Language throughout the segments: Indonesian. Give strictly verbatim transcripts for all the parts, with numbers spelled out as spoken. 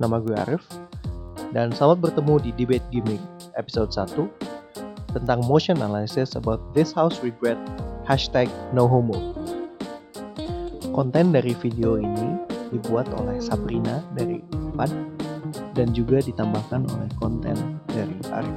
nama gue Arif. Dan selamat bertemu di Debate Gimmick episode satu tentang motion analysis about this house regret hashtag no homo. Konten dari video ini dibuat oleh Sabrina dari Unpad dan juga ditambahkan oleh konten dari Arif.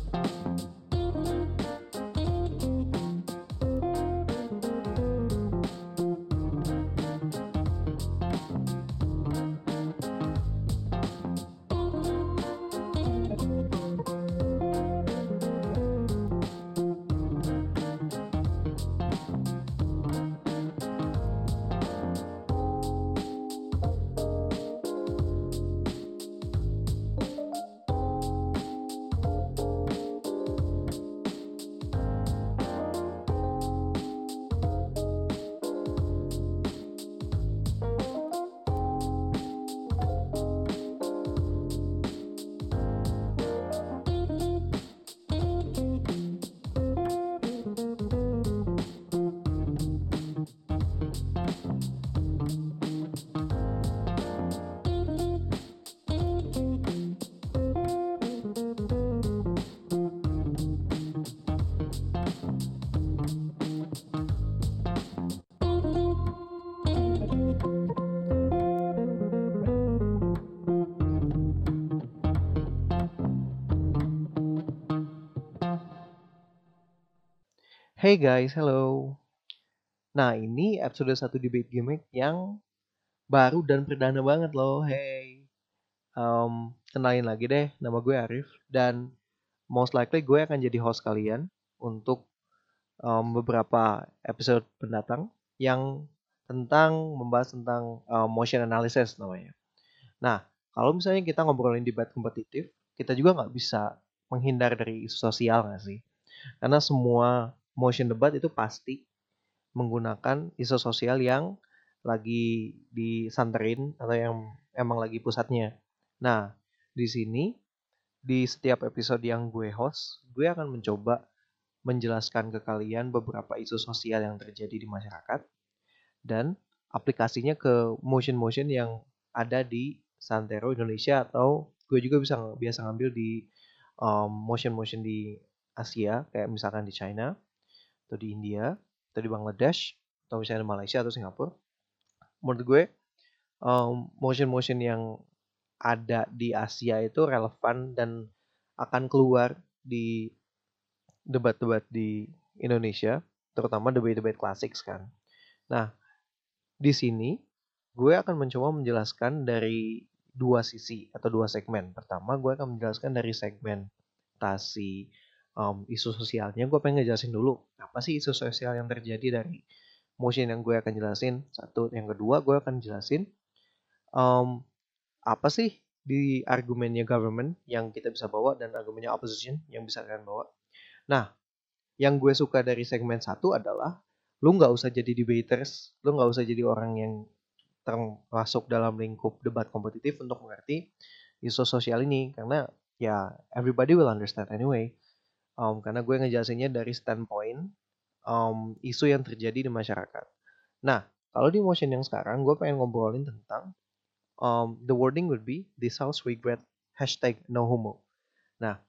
Hey guys, hello. Nah, ini episode satu Debate Gimmick yang baru dan perdana banget loh. Hey. Um, kenalin lagi deh, nama gue Arif. Dan most likely gue akan jadi host kalian untuk um, beberapa episode pendatang yang tentang membahas tentang um, motion analysis namanya. Nah, kalau misalnya kita ngobrolin debat kompetitif, kita juga nggak bisa menghindar dari isu sosial nggak sih? Karena semua motion debat itu pasti menggunakan isu sosial yang lagi disanterin atau yang emang lagi pusatnya. Nah, di sini di setiap episode yang gue host, gue akan mencoba menjelaskan ke kalian beberapa isu sosial yang terjadi di masyarakat dan aplikasinya ke motion-motion yang ada di Santero Indonesia, atau gue juga bisa biasa ngambil di um, motion-motion di Asia kayak misalkan di China atau di India atau di Bangladesh atau misalnya di Malaysia atau Singapura. Menurut gue um, motion-motion yang ada di Asia itu relevan dan akan keluar di debat-debat di Indonesia, terutama debat-debat klasik kan. Nah, di sini gue akan mencoba menjelaskan dari dua sisi atau dua segmen. Pertama, gue akan menjelaskan dari segmentasi um, isu sosialnya. Gue pengen ngejelasin dulu apa sih isu sosial yang terjadi dari motion yang gue akan jelasin. Satu, yang kedua gue akan jelasin um, apa sih di argumennya government yang kita bisa bawa dan argumennya opposition yang bisa kalian bawa. Nah, yang gue suka dari segmen satu adalah lu nggak usah jadi debaters, lu nggak usah jadi orang yang termasuk dalam lingkup debat kompetitif untuk mengerti isu sosial ini, karena ya everybody will understand anyway. Um, karena gue ngejelasinnya dari standpoint um, isu yang terjadi di masyarakat. Nah, kalau di motion yang sekarang gue pengen ngobrolin tentang um, the wording would be this house regret hashtag no homo. Nah,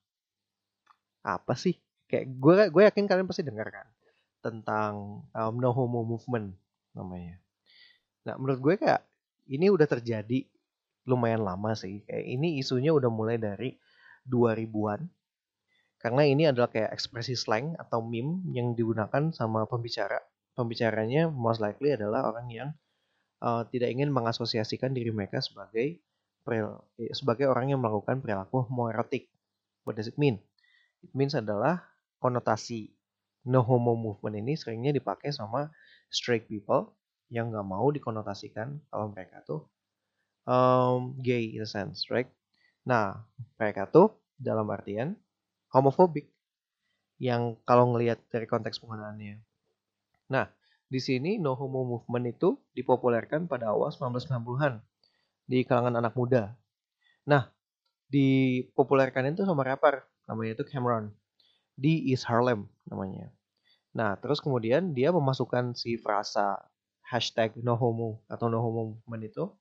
apa sih? Kayak gue gue yakin kalian pasti dengar kan tentang um, no homo movement namanya. Nah, menurut gue kayak ini udah terjadi lumayan lama sih. Kayak ini isunya udah mulai dari dua ribuan. Karena ini adalah kayak ekspresi slang atau meme yang digunakan sama pembicara. Pembicaranya most likely adalah orang yang uh, tidak ingin mengasosiasikan diri mereka sebagai sebagai orang yang melakukan perilaku homoerotik. What does it mean? It means adalah konotasi no homo movement ini seringnya dipakai sama straight people yang nggak mau dikonotasikan kalau mereka tuh um, gay in a sense, right? Nah, mereka tuh dalam artian homophobic yang kalau ngelihat dari konteks penggunaannya. Nah, di sini no homo movement itu dipopulerkan pada awal sembilan belas sembilan puluhan di kalangan anak muda. Nah, dipopulerkan itu sama rapper namanya itu Cameron di East Harlem namanya. Nah, terus kemudian dia memasukkan si frasa hashtag no homo atau no homo movement itu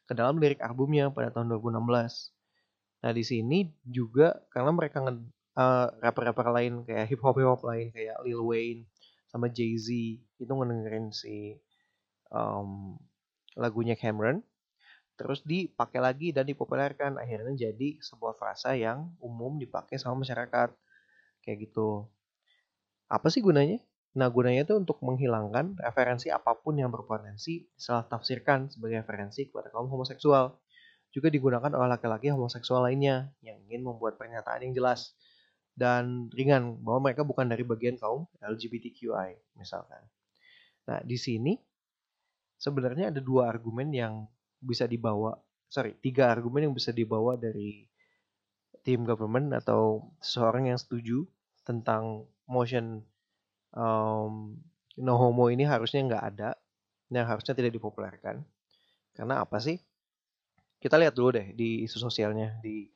ke dalam lirik albumnya pada tahun dua ribu enam belas. Nah di sini juga karena mereka nge uh, rapper-rapper lain kayak hip hop hip hop lain kayak Lil Wayne sama Jay-Z itu ngedengerin si um, lagunya Cameron, terus dipakai lagi dan dipopulerkan, akhirnya jadi sebuah frasa yang umum dipakai sama masyarakat kayak gitu. Apa sih gunanya? Nah, gunanya itu untuk menghilangkan referensi apapun yang berpotensi salah tafsirkan sebagai referensi kepada kaum homoseksual. Juga digunakan oleh laki-laki homoseksual lainnya yang ingin membuat pernyataan yang jelas dan ringan bahwa mereka bukan dari bagian kaum L G B T Q I misalkan. Nah, di sini sebenarnya ada dua argumen yang bisa dibawa, sorry, tiga argumen yang bisa dibawa dari tim government atau seseorang yang setuju tentang motion um, no homo ini harusnya nggak ada, yang harusnya tidak dipopulerkan. Karena apa sih? Kita lihat dulu deh di isu sosialnya di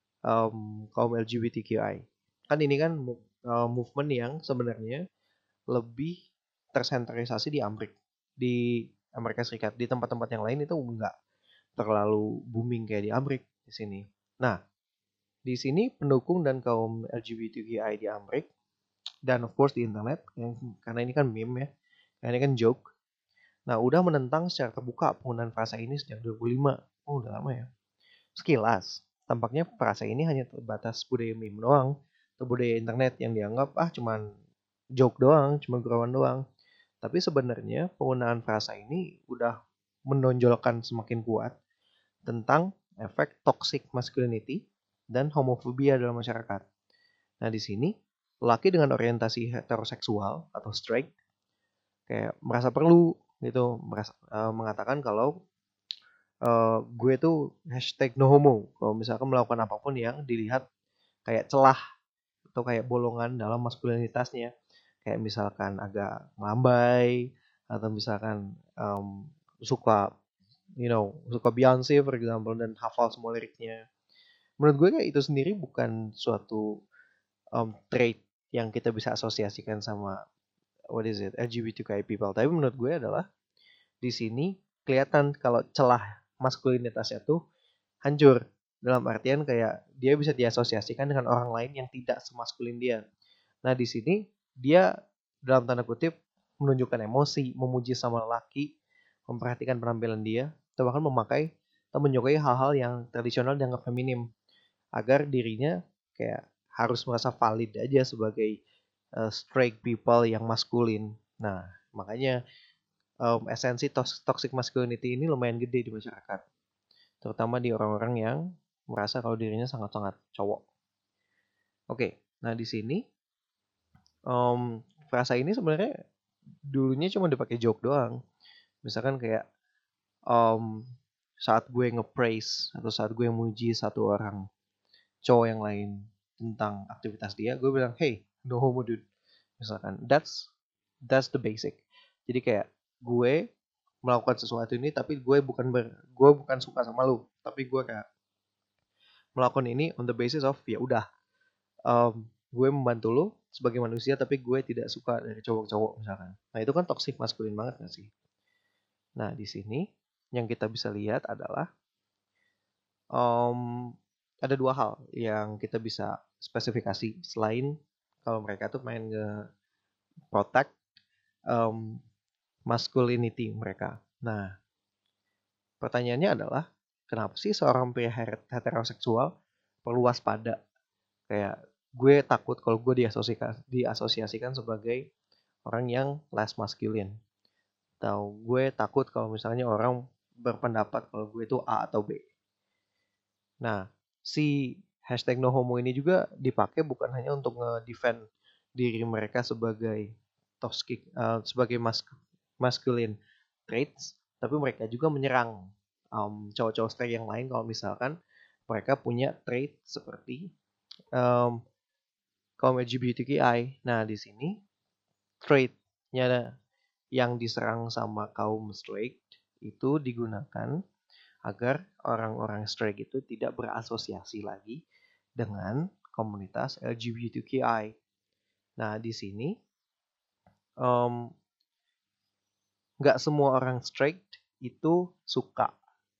um, kaum L G B T Q I. Kan ini kan uh, movement yang sebenarnya lebih tersentralisasi di Amerika, di Amerika Serikat. Di tempat-tempat yang lain itu nggak terlalu booming kayak di Amerika di sini. Nah, di sini pendukung dan kaum L G B T Q I di Amerika dan of course di internet, yang, karena ini kan meme ya, karena ini kan joke. Nah, udah menentang secara terbuka penggunaan frasa ini sejak dua ribu lima. Oh, udah lama ya. Sekilas, tampaknya frasa ini hanya terbatas budaya meme doang, atau budaya internet yang dianggap ah cuman joke doang, cuma gurauan doang. Tapi sebenarnya penggunaan frasa ini udah menonjolkan semakin kuat tentang efek toxic masculinity dan homofobia dalam masyarakat. Nah, di sini laki dengan orientasi heteroseksual atau straight kayak merasa perlu gitu, merasa, uh, mengatakan kalau uh, gue tuh hashtag no homo kalau misalkan melakukan apapun yang dilihat kayak celah atau kayak bolongan dalam maskulinitasnya, kayak misalkan agak melambai atau misalkan um, suka you know suka Beyonce for example dan hafal semua liriknya. Menurut gue kayak itu sendiri bukan suatu um, trait yang kita bisa asosiasikan sama what is it L G B T Q I people. Tapi menurut gue adalah di sini kelihatan kalau celah maskulinitasnya tuh hancur, dalam artian kayak dia bisa diasosiasikan dengan orang lain yang tidak semaskulin dia. Nah di sini dia dalam tanda kutip menunjukkan emosi, memuji sama lelaki, memperhatikan penampilan dia, atau bahkan memakai atau menyukai hal-hal yang tradisional dianggap feminim agar dirinya kayak harus merasa valid aja sebagai uh, straight people yang maskulin. Nah makanya um, esensi toxic masculinity ini lumayan gede di masyarakat, terutama di orang-orang yang merasa kalau dirinya sangat-sangat cowok. Oke, nah di sini um, frasa ini sebenarnya dulunya cuma dipakai joke doang. Misalkan kayak um, saat gue nge-praise atau saat gue muji satu orang cowok yang lain tentang aktivitas dia, gue bilang, hey, no homo dude. Misalkan, that's that's the basic. Jadi kayak gue melakukan sesuatu ini, tapi gue bukan ber, gue bukan suka sama lu, tapi gue kayak melakukan ini on the basis of ya udah, um, gue membantu lu sebagai manusia, tapi gue tidak suka dari cowok-cowok misalkan. Nah itu kan toxic maskulin banget gak sih? Nah di sini yang kita bisa lihat adalah um, ada dua hal yang kita bisa spesifikasi selain kalau mereka tuh main nge protect um, masculinity mereka. Nah pertanyaannya adalah kenapa sih seorang pria heteroseksual perlu waspada? Kayak gue takut kalau gue diasosiasikan, diasosiasikan sebagai orang yang less masculine. Atau gue takut kalau misalnya orang berpendapat kalau gue itu A atau B. Nah, si hashtag no homo ini juga dipakai bukan hanya untuk nge-defend diri mereka sebagai toxic, uh, sebagai mas masculine traits, tapi mereka juga menyerang um, cowok-cowok straight yang lain kalau misalkan mereka punya trait seperti um, kaum L G B T Q I. Nah, di sini trait-nya yang diserang sama kaum straight itu digunakan agar orang-orang straight itu tidak berasosiasi lagi dengan komunitas L G B T Q I. Nah, di sini um, nggak semua orang straight itu suka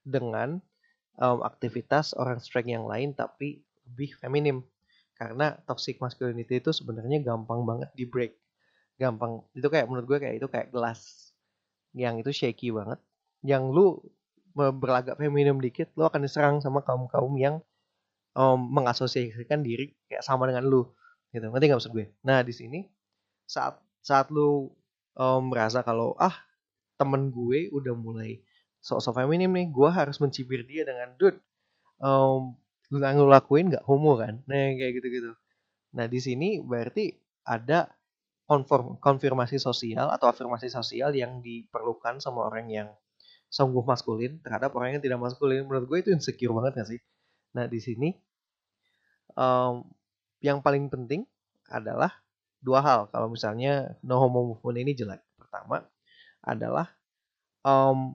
dengan um, aktivitas orang straight yang lain tapi lebih feminim. Karena toxic masculinity itu sebenarnya gampang banget di break. Gampang. Itu kayak menurut gue kayak itu kayak gelas yang itu shaky banget. Yang lu berlagak feminim dikit, lu akan diserang sama kaum-kaum yang um, mengasosiasikan diri kayak sama dengan lu. Gitu. Ngerti nggak maksud gue? Nah, di sini saat saat lu um, merasa kalau ah temen gue udah mulai sok-sok feminim nih, gue harus mencibir dia dengan dude, um, lu yang lu lakuin nggak homo kan? Nah kayak gitu-gitu. Nah di sini berarti ada konform, konfirmasi sosial atau afirmasi sosial yang diperlukan sama orang yang sungguh maskulin terhadap orang yang tidak maskulin. Menurut gue itu insecure banget gak sih? Nah di sini um, yang paling penting adalah dua hal kalau misalnya no homo movement ini jelek. Pertama adalah um,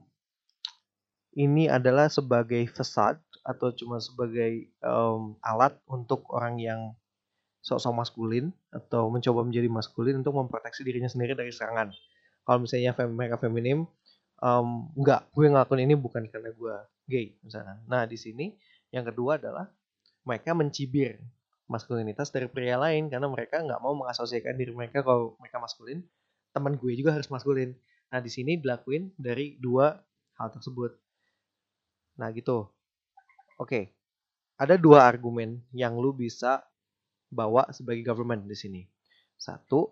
ini adalah sebagai facade atau cuma sebagai um, alat untuk orang yang sok-sok maskulin atau mencoba menjadi maskulin untuk memproteksi dirinya sendiri dari serangan. Kalau misalnya fem mereka feminim, um, enggak, gue ngelakuin ini bukan karena gue gay misalnya. Nah di sini yang kedua adalah mereka mencibir maskulinitas dari pria lain karena mereka nggak mau mengasosiasikan diri mereka kalau mereka maskulin, teman gue juga harus maskulin. Nah di sini dilakuin dari dua hal tersebut. Nah gitu. Oke, ada dua argumen yang lu bisa bawa sebagai government di sini. Satu,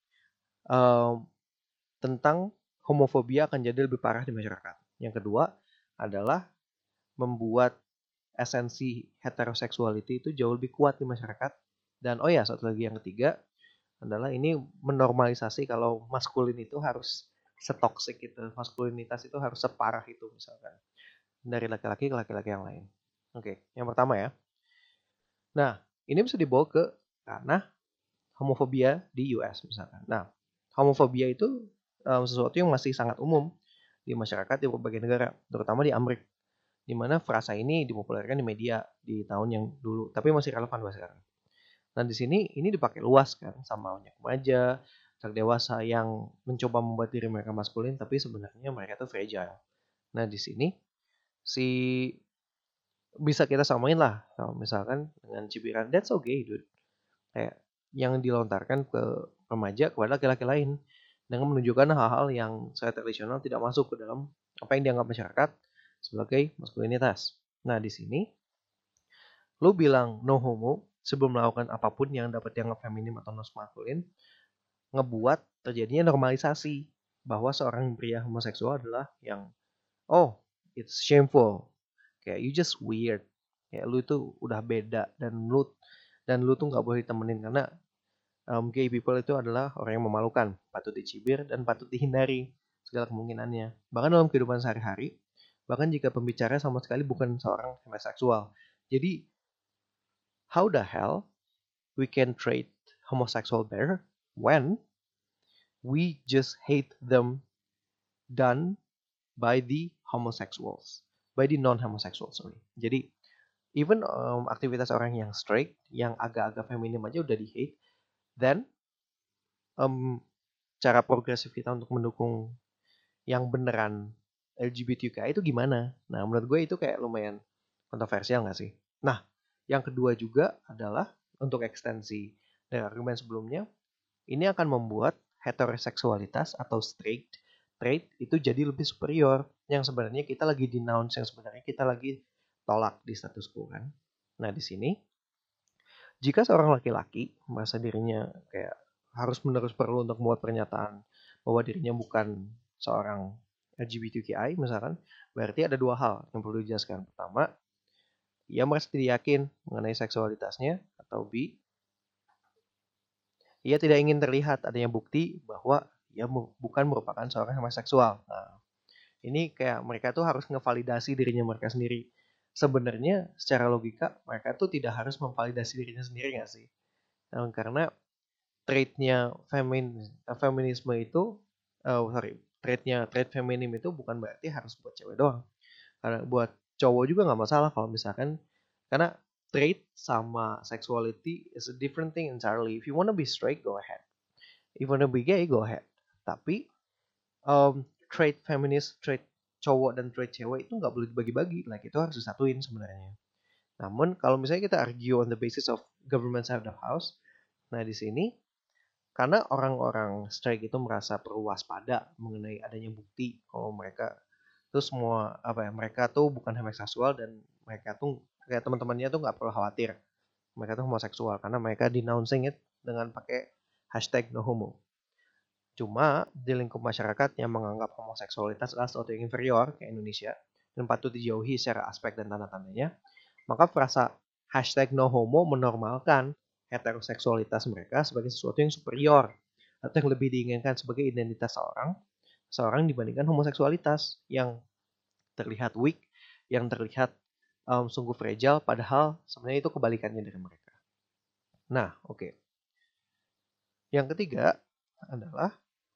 um, tentang homofobia akan jadi lebih parah di masyarakat. Yang kedua adalah membuat esensi heteroseksuality itu jauh lebih kuat di masyarakat. Dan oh ya, satu lagi yang ketiga adalah ini menormalisasi kalau maskulin itu harus setoksik itu, maskulinitas itu harus separah itu misalkan dari laki-laki ke laki-laki yang lain. Oke, yang pertama ya. Nah, ini bisa dibawa ke ranah homofobia di U S misalkan. Nah, homofobia itu um, sesuatu yang masih sangat umum di masyarakat di berbagai negara, terutama di Amerika, di mana frasa ini dipopulerkan di media di tahun yang dulu, tapi masih relevan buat sekarang. Nah, di sini ini dipakai luas kan sama banyak remaja, anak dewasa yang mencoba membuat diri mereka maskulin, tapi sebenarnya mereka tuh fragile. Nah, di sini si bisa kita samain lah, kalau misalkan dengan cibiran, that's okay, dude. Kayak yang dilontarkan ke remaja kepada laki-laki lain dengan menunjukkan hal-hal yang secara tradisional tidak masuk ke dalam apa yang dianggap masyarakat sebagai maskulinitas. Nah, di sini lu bilang no homo sebelum melakukan apapun yang dapat dianggap feminim atau non maskulin, ngebuat terjadinya normalisasi bahwa seorang pria homoseksual adalah yang oh, it's shameful. Kayak you just weird. Kayak lu itu udah beda dan lu dan lu tuh nggak boleh ditemenin karena um, gay people itu adalah orang yang memalukan, patut dicibir dan patut dihindari segala kemungkinannya. Bahkan dalam kehidupan sehari-hari, bahkan jika pembicara sama sekali bukan seorang homoseksual. Jadi, how the hell we can treat homosexual better when we just hate them done by the homosexuals, by the non-homosexuals, sorry. Jadi, even um, aktivitas orang yang straight, yang agak-agak feminim aja udah di hate, then um, cara progresif kita untuk mendukung yang beneran L G B T Q I itu gimana? Nah, menurut gue itu kayak lumayan kontroversial nggak sih? Nah, yang kedua juga adalah untuk ekstensi dari argumen sebelumnya, ini akan membuat heteroseksualitas atau straight trait itu jadi lebih superior yang sebenarnya kita lagi denounce, yang sebenarnya kita lagi tolak di status quo kan. Nah, di sini jika seorang laki-laki merasa dirinya kayak harus menerus perlu untuk membuat pernyataan bahwa dirinya bukan seorang L G B T Q I misalkan, berarti ada dua hal yang perlu dijelaskan. Pertama, ia merasa tidak yakin mengenai seksualitasnya, atau B, ia tidak ingin terlihat adanya bukti bahwa ia bukan merupakan seorang homoseksual. Nah, ini kayak mereka tuh harus ngevalidasi dirinya mereka sendiri. Sebenarnya secara logika mereka tuh tidak harus memvalidasi dirinya sendiri nggak sih? Nah, karena trait-nya femin, feminisme itu, oh sorry, trait-nya trait feminim itu bukan berarti harus buat cewek doang. Karena buat cowok juga nggak masalah kalau misalkan, karena trait sama sexuality is a different thing entirely. If you wanna be straight, go ahead. If you wanna be gay, go ahead. Tapi um, trait feminist, trait cowok dan trait cewek itu nggak boleh dibagi-bagi, like itu harus disatuin sebenarnya. Namun kalau misalnya kita argue on the basis of government side of the house, nah di sini karena orang-orang strike itu merasa perlu waspada mengenai adanya bukti kalau mereka tuh semua apa ya, mereka tuh bukan homoseksual dan mereka tuh kayak teman-temannya tuh nggak perlu khawatir mereka tuh homoseksual karena mereka denouncing it dengan pakai hashtag no homo. Cuma di lingkup masyarakat yang menganggap homoseksualitas adalah sesuatu yang inferior kayak Indonesia dan patut dijauhi secara aspek dan tanda-tandanya, maka frasa hashtag no homo menormalkan heteroseksualitas mereka sebagai sesuatu yang superior atau yang lebih diinginkan sebagai identitas seorang seorang dibandingkan homoseksualitas yang terlihat weak, yang terlihat um, sungguh fragile, padahal sebenarnya itu kebalikannya dari mereka. Nah, oke. Okay. Yang ketiga adalah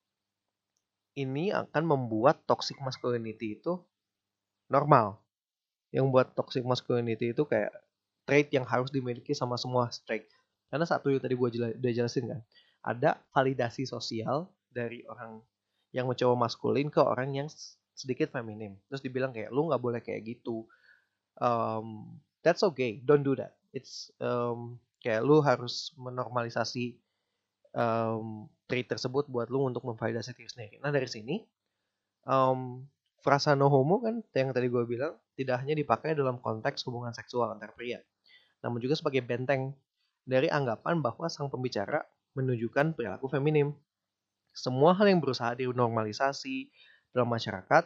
ini akan membuat toxic masculinity itu normal. Yang buat toxic masculinity itu kayak trait yang harus dimiliki sama semua straight. Karena satu yang tadi gue jela- udah jelasin kan, ada validasi sosial dari orang yang mencoba maskulin ke orang yang sedikit feminim. Terus dibilang kayak lu nggak boleh kayak gitu. Um, that's okay, don't do that. It's um, kayak lu harus menormalisasi um, trait tersebut buat lu untuk memvalidasi diri sendiri. Nah dari sini um, frasa no homo kan yang tadi gue bilang tidak hanya dipakai dalam konteks hubungan seksual antar pria, namun juga sebagai benteng dari anggapan bahwa sang pembicara menunjukkan perilaku feminim. Semua hal yang berusaha dinormalisasi dalam masyarakat,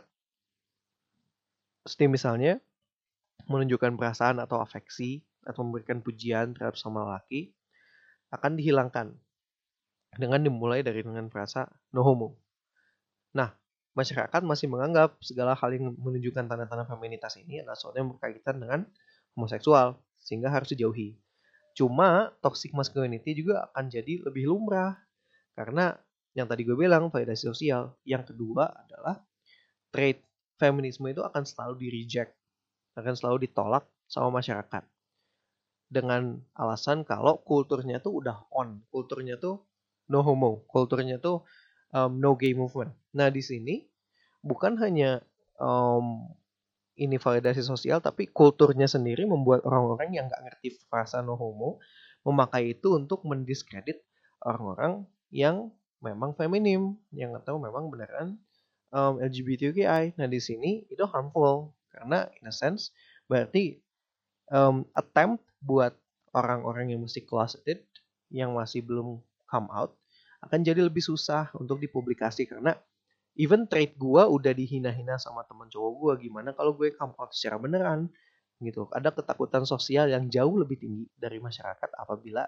seperti misalnya menunjukkan perasaan atau afeksi atau memberikan pujian terhadap sama laki, akan dihilangkan dengan dimulai dari dengan frasa no homo. Nah, masyarakat masih menganggap segala hal yang menunjukkan tanda-tanda feminitas ini adalah sesuatu yang berkaitan dengan homoseksual, sehingga harus dijauhi. Cuma, toxic masculinity juga akan jadi lebih lumrah, karena yang tadi gue bilang, validasi sosial. Yang kedua adalah, trait feminisme itu akan selalu di-reject, akan selalu ditolak sama masyarakat. Dengan alasan kalau kulturnya tuh udah on, kulturnya tuh no homo, kulturnya tuh um, no gay movement. Nah, di sini bukan hanya um, ini validasi sosial, tapi kulturnya sendiri membuat orang-orang yang nggak ngerti frasa no homo memakai itu untuk mendiskredit orang-orang yang memang feminim, yang atau memang beneran um, L G B T Q I. Nah di sini itu harmful karena in a sense berarti um, attempt buat orang-orang yang masih closeted, yang masih belum come out, akan jadi lebih susah untuk dipublikasi karena even trait gue udah dihina-hina sama teman cowok gue, gimana kalau gue come out secara beneran gitu. Ada ketakutan sosial yang jauh lebih tinggi dari masyarakat apabila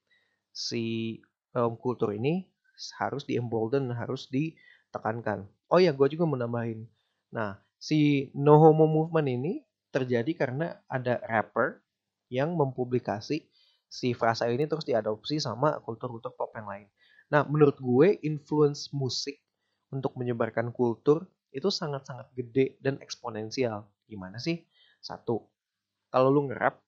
si um, kultur ini harus di-embolden, harus ditekankan. Oh ya, gue juga mau nambahin. Nah, si no homo movement ini terjadi karena ada rapper yang mempublikasi si frasa ini terus diadopsi sama kultur-kultur pop yang lain. Nah, menurut gue influence musik untuk menyebarkan kultur itu sangat-sangat gede dan eksponensial. Gimana sih? Satu, kalau lu nge-rap,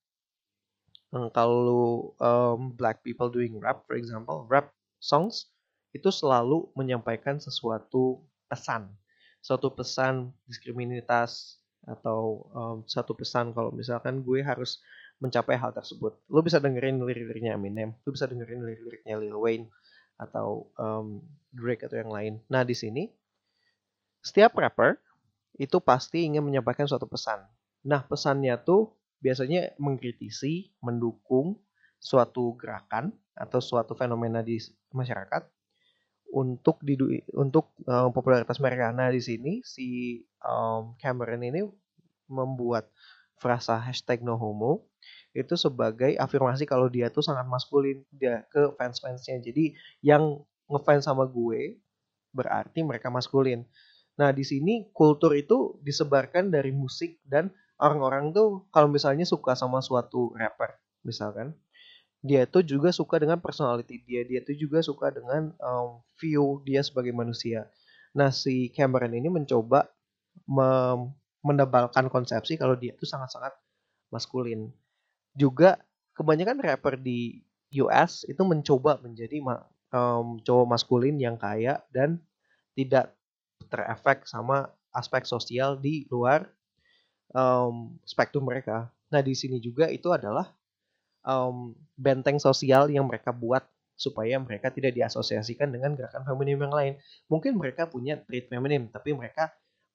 kalau um, black people doing rap, for example, rap songs itu selalu menyampaikan sesuatu pesan, suatu pesan diskriminalitas atau um, satu pesan kalau misalkan gue harus mencapai hal tersebut. Lu bisa dengerin lirik-liriknya Eminem, lu bisa dengerin lirik-liriknya Lil Wayne atau um, Drake atau yang lain. Nah di sini setiap rapper itu pasti ingin menyampaikan suatu pesan. Nah pesannya tuh biasanya mengkritisi, mendukung suatu gerakan atau suatu fenomena di masyarakat untuk di untuk um, popularitas mereka. Nah di sini si um, Cameron ini membuat frasa hashtag no homo itu sebagai afirmasi kalau dia tuh sangat maskulin dia ke fans-fansnya. Jadi yang ngefans sama gue berarti mereka maskulin. Nah di sini kultur itu disebarkan dari musik dan orang-orang tuh kalau misalnya suka sama suatu rapper misalkan dia tuh juga suka dengan personality dia, dia tuh juga suka dengan um, view dia sebagai manusia. Nah si Cameron ini mencoba mem- menebalkan konsepsi kalau dia tuh sangat-sangat maskulin. Juga kebanyakan rapper di U S itu mencoba menjadi um, cowok maskulin yang kaya dan tidak terefek sama aspek sosial di luar um, spektrum mereka. Nah di sini juga itu adalah um, benteng sosial yang mereka buat supaya mereka tidak diasosiasikan dengan gerakan feminim yang lain. Mungkin mereka punya trait feminim, tapi mereka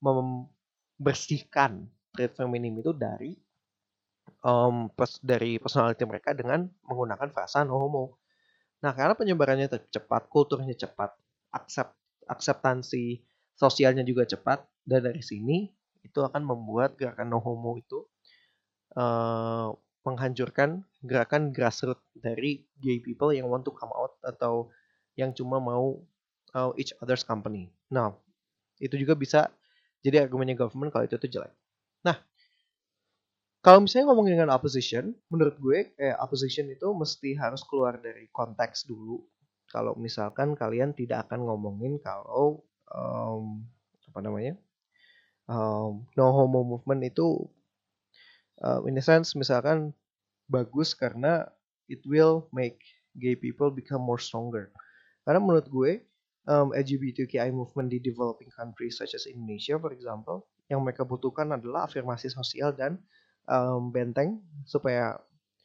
membersihkan trait feminim itu dari um, pers- dari personality mereka dengan menggunakan frasa no homo. Nah, karena penyebarannya cepat, kulturnya cepat, aksept, akseptansi sosialnya juga cepat, dan dari sini itu akan membuat gerakan no homo itu uh, menghancurkan gerakan grassroots dari gay people yang want to come out atau yang cuma mau uh, each other's company. Nah, itu juga bisa jadi argumennya government kalau itu tuh jelek. Nah, kalau misalnya ngomongin dengan opposition, menurut gue eh, opposition itu mesti harus keluar dari konteks dulu. Kalau misalkan kalian tidak akan ngomongin kalau um, apa namanya um, no homo movement itu uh, in a sense misalkan bagus karena it will make gay people become more stronger. Karena menurut gue um, L G B T Q I movement di developing countries such as Indonesia for example, yang mereka butuhkan adalah afirmasi sosial dan um, benteng supaya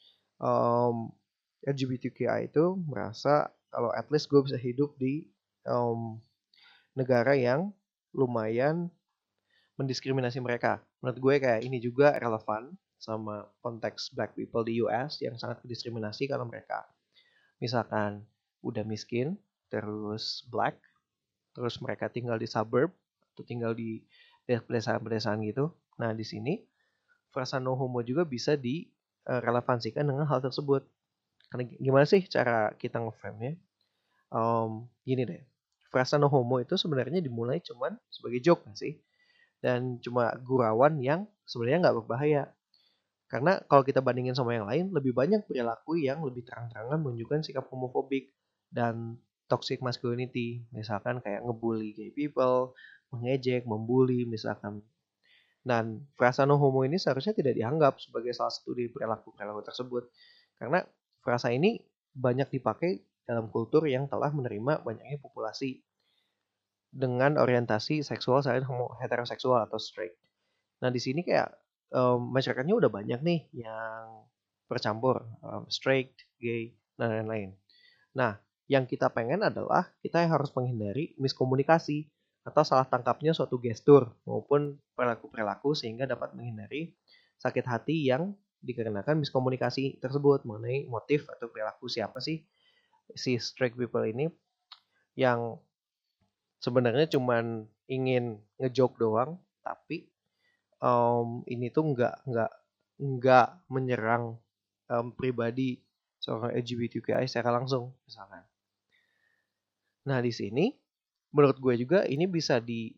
um, L G B T Q I itu merasa kalau at least gue bisa hidup di um, negara yang lumayan mendiskriminasi mereka. Menurut gue kayak ini juga relevan sama konteks black people di U S yang sangat diskriminasi karena mereka misalkan udah miskin, terus black, terus mereka tinggal di suburb atau tinggal di pedesaan-pedesaan gitu. Nah, di sini frasa no homo juga bisa direlevansikan dengan hal tersebut. Karena gimana sih cara kita ngeframe-nya? Um, gini deh, frasa no homo itu sebenarnya dimulai cuman sebagai joke gak sih? Dan cuma gurauan yang sebenarnya nggak berbahaya. Karena kalau kita bandingin sama yang lain, lebih banyak perilaku yang lebih terang-terangan menunjukkan sikap homofobik dan toxic masculinity. Misalkan kayak ngebully gay people, mengejek, membuli misalkan. Dan frasa no homo ini seharusnya tidak dianggap sebagai salah satu dari perilaku-perilaku tersebut. Karena frasa ini banyak dipakai dalam kultur yang telah menerima banyaknya populasi dengan orientasi seksual selain homo heteroseksual atau straight. Nah, di sini kayak um, masyarakatnya udah banyak nih yang bercampur, um, straight, gay, dan lain-lain. Nah, yang kita pengen adalah kita yang harus menghindari miskomunikasi atau salah tangkapnya suatu gestur maupun perilaku-perilaku sehingga dapat menghindari sakit hati yang dikarenakan miskomunikasi tersebut mengenai motif atau perilaku siapa sih si straight people ini yang sebenarnya cuman ingin ngejoke doang, tapi um, ini tuh nggak nggak nggak menyerang um, pribadi seorang L G B T Q I secara langsung misalkan. Nah di sini menurut gue juga ini bisa di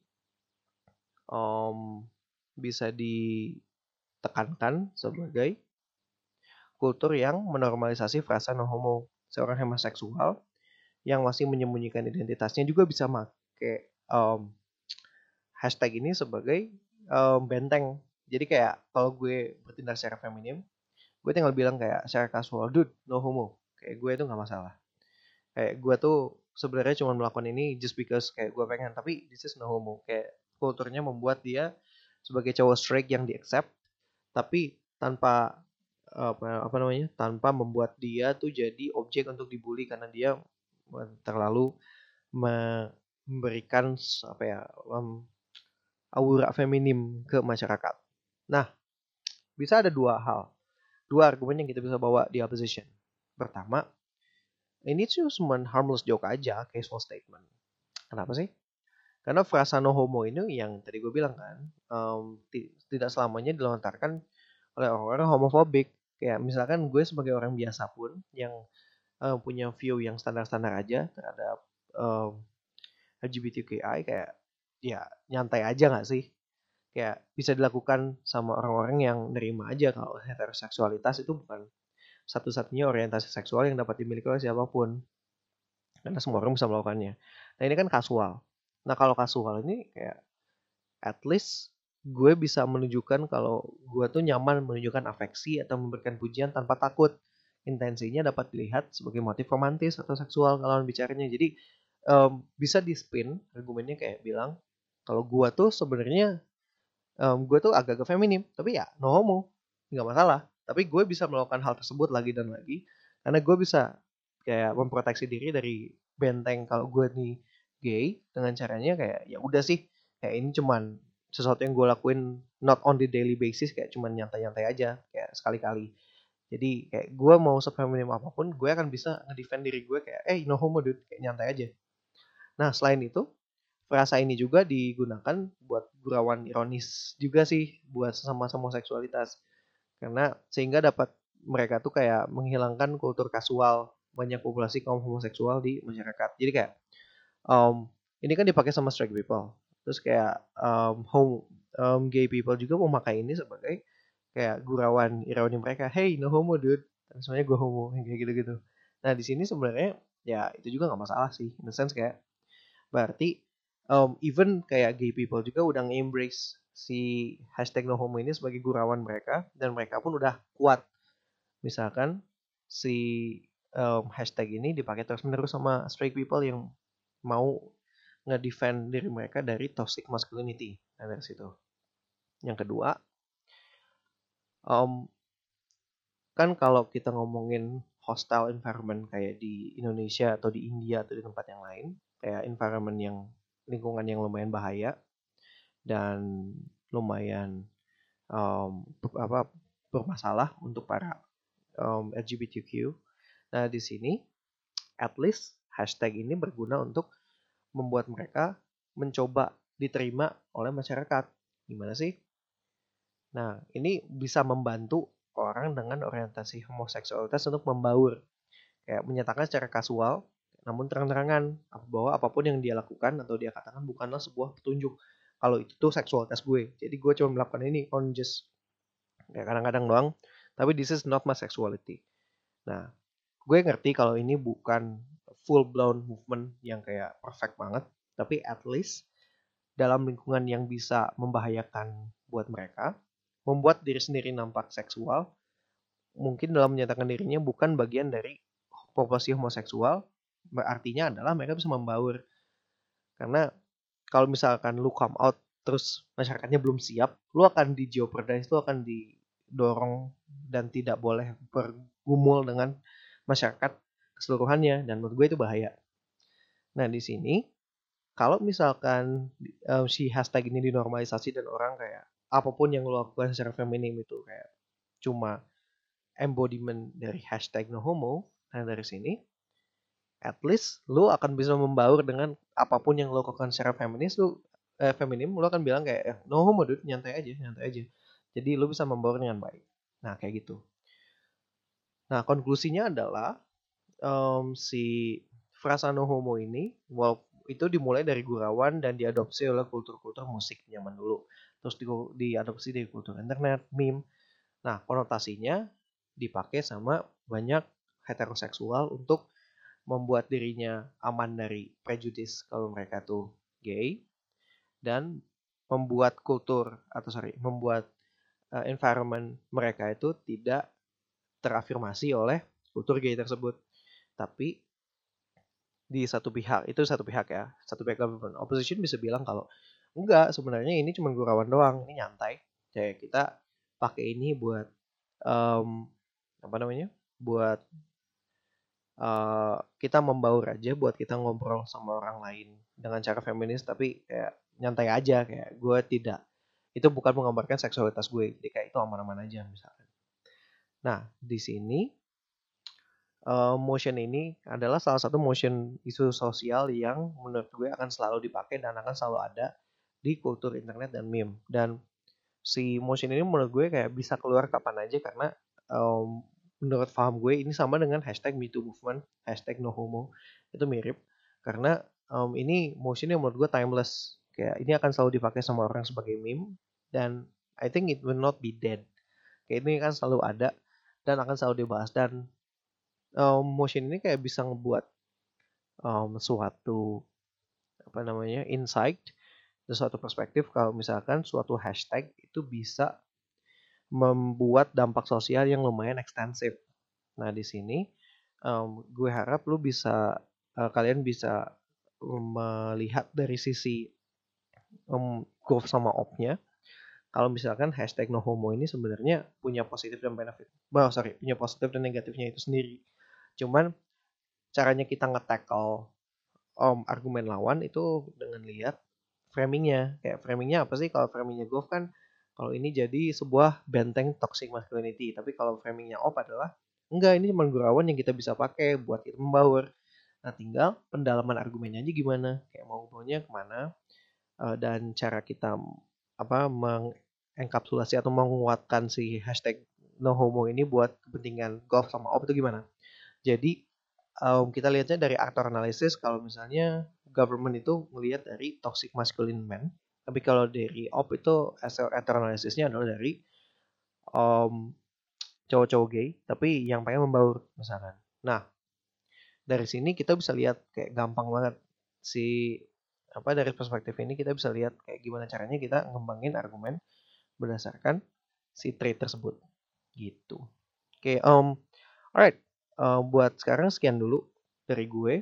um, bisa ditekankan sebagai kultur yang menormalisasi frasa no homo. Seorang homoseksual yang masih menyembunyikan identitasnya juga bisa pakai um, hashtag ini sebagai um, benteng. Jadi kayak kalau gue bertindak secara feminim, gue tinggal bilang kayak secara kasual, dude, no homo. Kayak gue itu nggak masalah. Kayak gue tuh sebenarnya cuma melakukan ini just because kayak gue pengen, tapi this is no homo. Kayak kulturnya membuat dia sebagai cowok straight yang di accept, tapi tanpa apa, apa namanya, tanpa membuat dia tuh jadi objek untuk dibully karena dia terlalu memberikan apa ya um, aura feminim ke masyarakat. Nah, bisa ada dua hal, dua argumen yang kita bisa bawa di opposition. Pertama, ini tuh cuma harmless joke aja, casual statement. Kenapa sih? Karena frasa no homo ini yang tadi gue bilang kan, um, tidak selamanya dilontarkan oleh orang-orang homofobik. Kayak misalkan gue sebagai orang biasa pun yang uh, punya view yang standar-standar aja terhadap um, L G B T Q I kayak ya nyantai aja nggak sih? Kayak bisa dilakukan sama orang-orang yang nerima aja kalau heteroseksualitas itu bukan satu-satunya orientasi seksual yang dapat dimiliki oleh siapapun. Karena semua orang bisa melakukannya. Nah ini kan kasual. Nah kalau kasual ini kayak at least gue bisa menunjukkan kalau gue tuh nyaman menunjukkan afeksi atau memberikan pujian tanpa takut. Intensinya dapat dilihat sebagai motif romantis atau seksual kalau bicaranya. Jadi um, bisa di spin argumennya kayak bilang kalau gue tuh sebenarnya um, gue tuh agak-agak feminim, tapi ya no homo, nggak masalah. Tapi gue bisa melakukan hal tersebut lagi dan lagi, karena gue bisa kayak memproteksi diri dari benteng kalau gue nih gay dengan caranya kayak ya udah sih, kayak ini cuman sesuatu yang gue lakuin not on the daily basis, kayak cuman nyantai-nyantai aja kayak sekali-kali. Jadi kayak gue mau sefeminim apapun, gue akan bisa ngedefend diri gue kayak, eh no homo dude, kayak nyantai aja. Nah selain itu, frasa ini juga digunakan buat gurauan ironis juga sih buat sesama homoseksualitas. Karena sehingga dapat mereka tuh kayak menghilangkan kultur kasual banyak populasi kaum homoseksual di masyarakat. Jadi kayak um, ini kan dipakai sama straight people. Terus kayak um, home um, gay people juga memakai ini sebagai kayak gurauan ironi mereka. Hey, no homo dude. Dan sebenarnya gue homo kayak gitu-gitu. Nah di sini sebenarnya ya itu juga nggak masalah sih. In the sense kayak berarti um, even kayak gay people juga udah nge-embrace si hashtag no homo ini sebagai gurauan mereka, dan mereka pun udah kuat. Misalkan si um, hashtag ini dipakai terus menerus sama straight people yang mau nge-defend diri mereka dari toxic masculinity. Nah dari situ. Yang kedua, um, kan kalau kita ngomongin hostile environment kayak di Indonesia atau di India atau di tempat yang lain, kayak environment yang lingkungan yang lumayan bahaya dan lumayan um, apa bermasalah untuk para um, L G B T Q. Nah di sini at least hashtag ini berguna untuk membuat mereka mencoba diterima oleh masyarakat. Gimana sih? Nah ini bisa membantu orang dengan orientasi homoseksualitas untuk membaur, kayak menyatakan secara kasual namun terang-terangan bahwa apapun yang dia lakukan atau dia katakan bukanlah sebuah petunjuk kalau itu tuh seksualitas gue. Jadi gue cuma melakukan ini on just kayak kadang-kadang doang, tapi this is not my sexuality. Nah, gue ngerti kalau ini bukan full blown movement yang kayak perfect banget, tapi at least dalam lingkungan yang bisa membahayakan buat mereka, membuat diri sendiri nampak seksual, mungkin dalam menyatakan dirinya bukan bagian dari populasi homoseksual, artinya adalah mereka bisa membaur. Karena kalau misalkan lu come out terus masyarakatnya belum siap, lu akan di jeopardize, lu akan didorong dan tidak boleh bergumul dengan masyarakat keseluruhannya, dan menurut gue itu bahaya. Nah di sini kalau misalkan um, si hashtag ini dinormalisasi dan orang kayak apapun yang lo lakukan secara feminim itu kayak cuma embodiment dari hashtag no homo, nah dari sini at least lu akan bisa membaur dengan apapun yang lo lakukan secara feminis, lu eh, feminim, lu akan bilang kayak eh, no homo dude, nyantai aja, nyantai aja. Jadi lu bisa membaur dengan baik. Nah kayak gitu. Nah konklusinya adalah um, si frasa no homo ini, wow, itu dimulai dari gurauan dan diadopsi oleh kultur-kultur musik zaman dulu. Terus di, diadopsi dari kultur internet, meme. Nah konotasinya dipakai sama banyak heteroseksual untuk membuat dirinya aman dari prejudis kalau mereka tuh gay, dan membuat kultur atau sorry membuat uh, environment mereka itu tidak terafirmasi oleh kultur gay tersebut. Tapi di satu pihak itu satu pihak ya satu pihak government opposition bisa bilang kalau enggak, sebenarnya ini cuma gurauan doang, ini nyantai, kayak kita pakai ini buat um, apa namanya buat uh, kita membaur aja, buat kita ngobrol sama orang lain dengan cara feminis, tapi kayak nyantai aja, kayak gue tidak, itu bukan menggambarkan seksualitas gue, jadi kayak itu aman-aman aja misalkan. Nah di sini uh, motion ini adalah salah satu motion isu sosial yang menurut gue akan selalu dipakai dan akan selalu ada di kultur internet dan meme. Dan si motion ini menurut gue kayak bisa keluar kapan aja, karena um, menurut paham gue ini sama dengan hashtag MeToo Movement, hashtag No Homo, itu mirip. Karena um, ini motion yang menurut gue timeless. Kayak ini akan selalu dipakai sama orang sebagai meme, dan I think it will not be dead. Kayak ini kan selalu ada dan akan selalu dibahas, dan um, motion ini kayak bisa ngebuat um, suatu apa namanya insight, suatu perspektif kalau misalkan suatu hashtag itu bisa membuat dampak sosial yang lumayan ekstensif. Nah di sini um, gue harap lu bisa uh, kalian bisa melihat dari sisi um, Gov sama Op-nya. Kalau misalkan hashtag no homo ini sebenarnya punya positif dan benefit. Bah, sorry, punya positif dan negatifnya itu sendiri. Cuman caranya kita nge-tackle um, argumen lawan itu dengan lihat framingnya. Kayak framingnya apa sih? Kalau framingnya Gov kan, kalau ini jadi sebuah benteng toxic masculinity. Tapi kalau framingnya Op adalah, enggak, ini cuma gurauan yang kita bisa pakai buat kita membaur. Nah, tinggal pendalaman argumennya aja gimana. Kayak mau bawanya kemana. Uh, dan cara kita apa mengenkapsulasi atau menguatkan si hashtag no homo ini buat kepentingan Gov sama Op itu gimana. Jadi um, kita lihatnya dari aktor analisis. Kalau misalnya government itu melihat dari toxic masculine man, tapi kalau dari Op itu aktor analisisnya adalah dari um, cowok-cowok gay tapi yang pengen membaur misalkan. Nah, dari sini kita bisa lihat kayak gampang banget si apa dari perspektif ini kita bisa lihat kayak gimana caranya kita ngembangin argumen berdasarkan si trait tersebut gitu. Oke, okay, um, alright, uh, buat sekarang sekian dulu dari gue.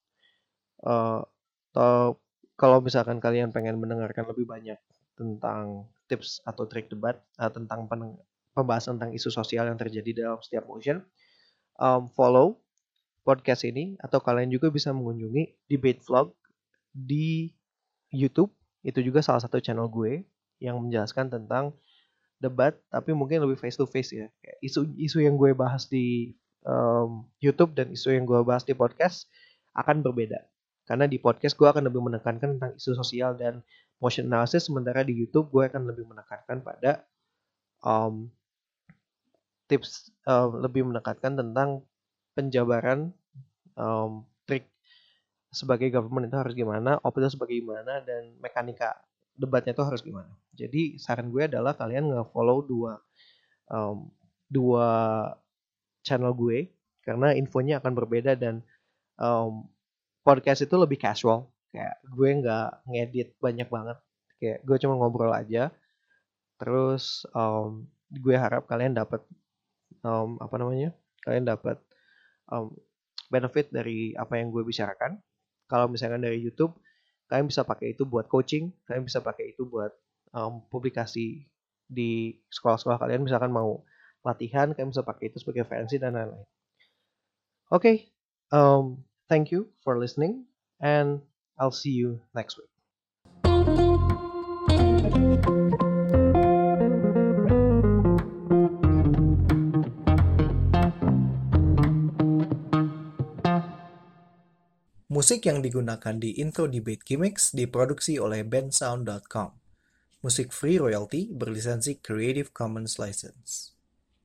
Uh, atau kalau misalkan kalian pengen mendengarkan lebih banyak tentang tips atau trik debat uh, tentang pen- pembahasan tentang isu sosial yang terjadi dalam setiap motion, um, follow podcast ini atau kalian juga bisa mengunjungi debate vlog di YouTube. Itu juga salah satu channel gue yang menjelaskan tentang debat tapi mungkin lebih face to face ya. Kayak isu-isu yang gue bahas di um, YouTube dan isu yang gue bahas di podcast akan berbeda. Karena di podcast gue akan lebih menekankan tentang isu sosial dan motion analysis, sementara di YouTube gue akan lebih menekankan pada um, tips uh, lebih menekankan tentang penjabaran um, trik sebagai government itu harus gimana, op itu sebagai gimana, dan mekanika debatnya itu harus gimana. Jadi saran gue adalah kalian nge-follow dua um, dua channel gue karena infonya akan berbeda dan um, podcast itu lebih casual. Kayak gue nggak ngedit banyak banget. Kayak gue cuma ngobrol aja. Terus um, gue harap kalian dapat um, apa namanya? Kalian dapat um, benefit dari apa yang gue bicarakan. Kalau misalkan dari YouTube, kalian bisa pakai itu buat coaching, kalian bisa pakai itu buat um, publikasi di sekolah-sekolah kalian, misalkan mau latihan, kalian bisa pakai itu sebagai referensi dan lain-lain. Oke, okay, um, thank you for listening, and I'll see you next week. Musik yang digunakan di intro Debate Gimmicks diproduksi oleh bensound dot com. Musik free royalty berlisensi Creative Commons License.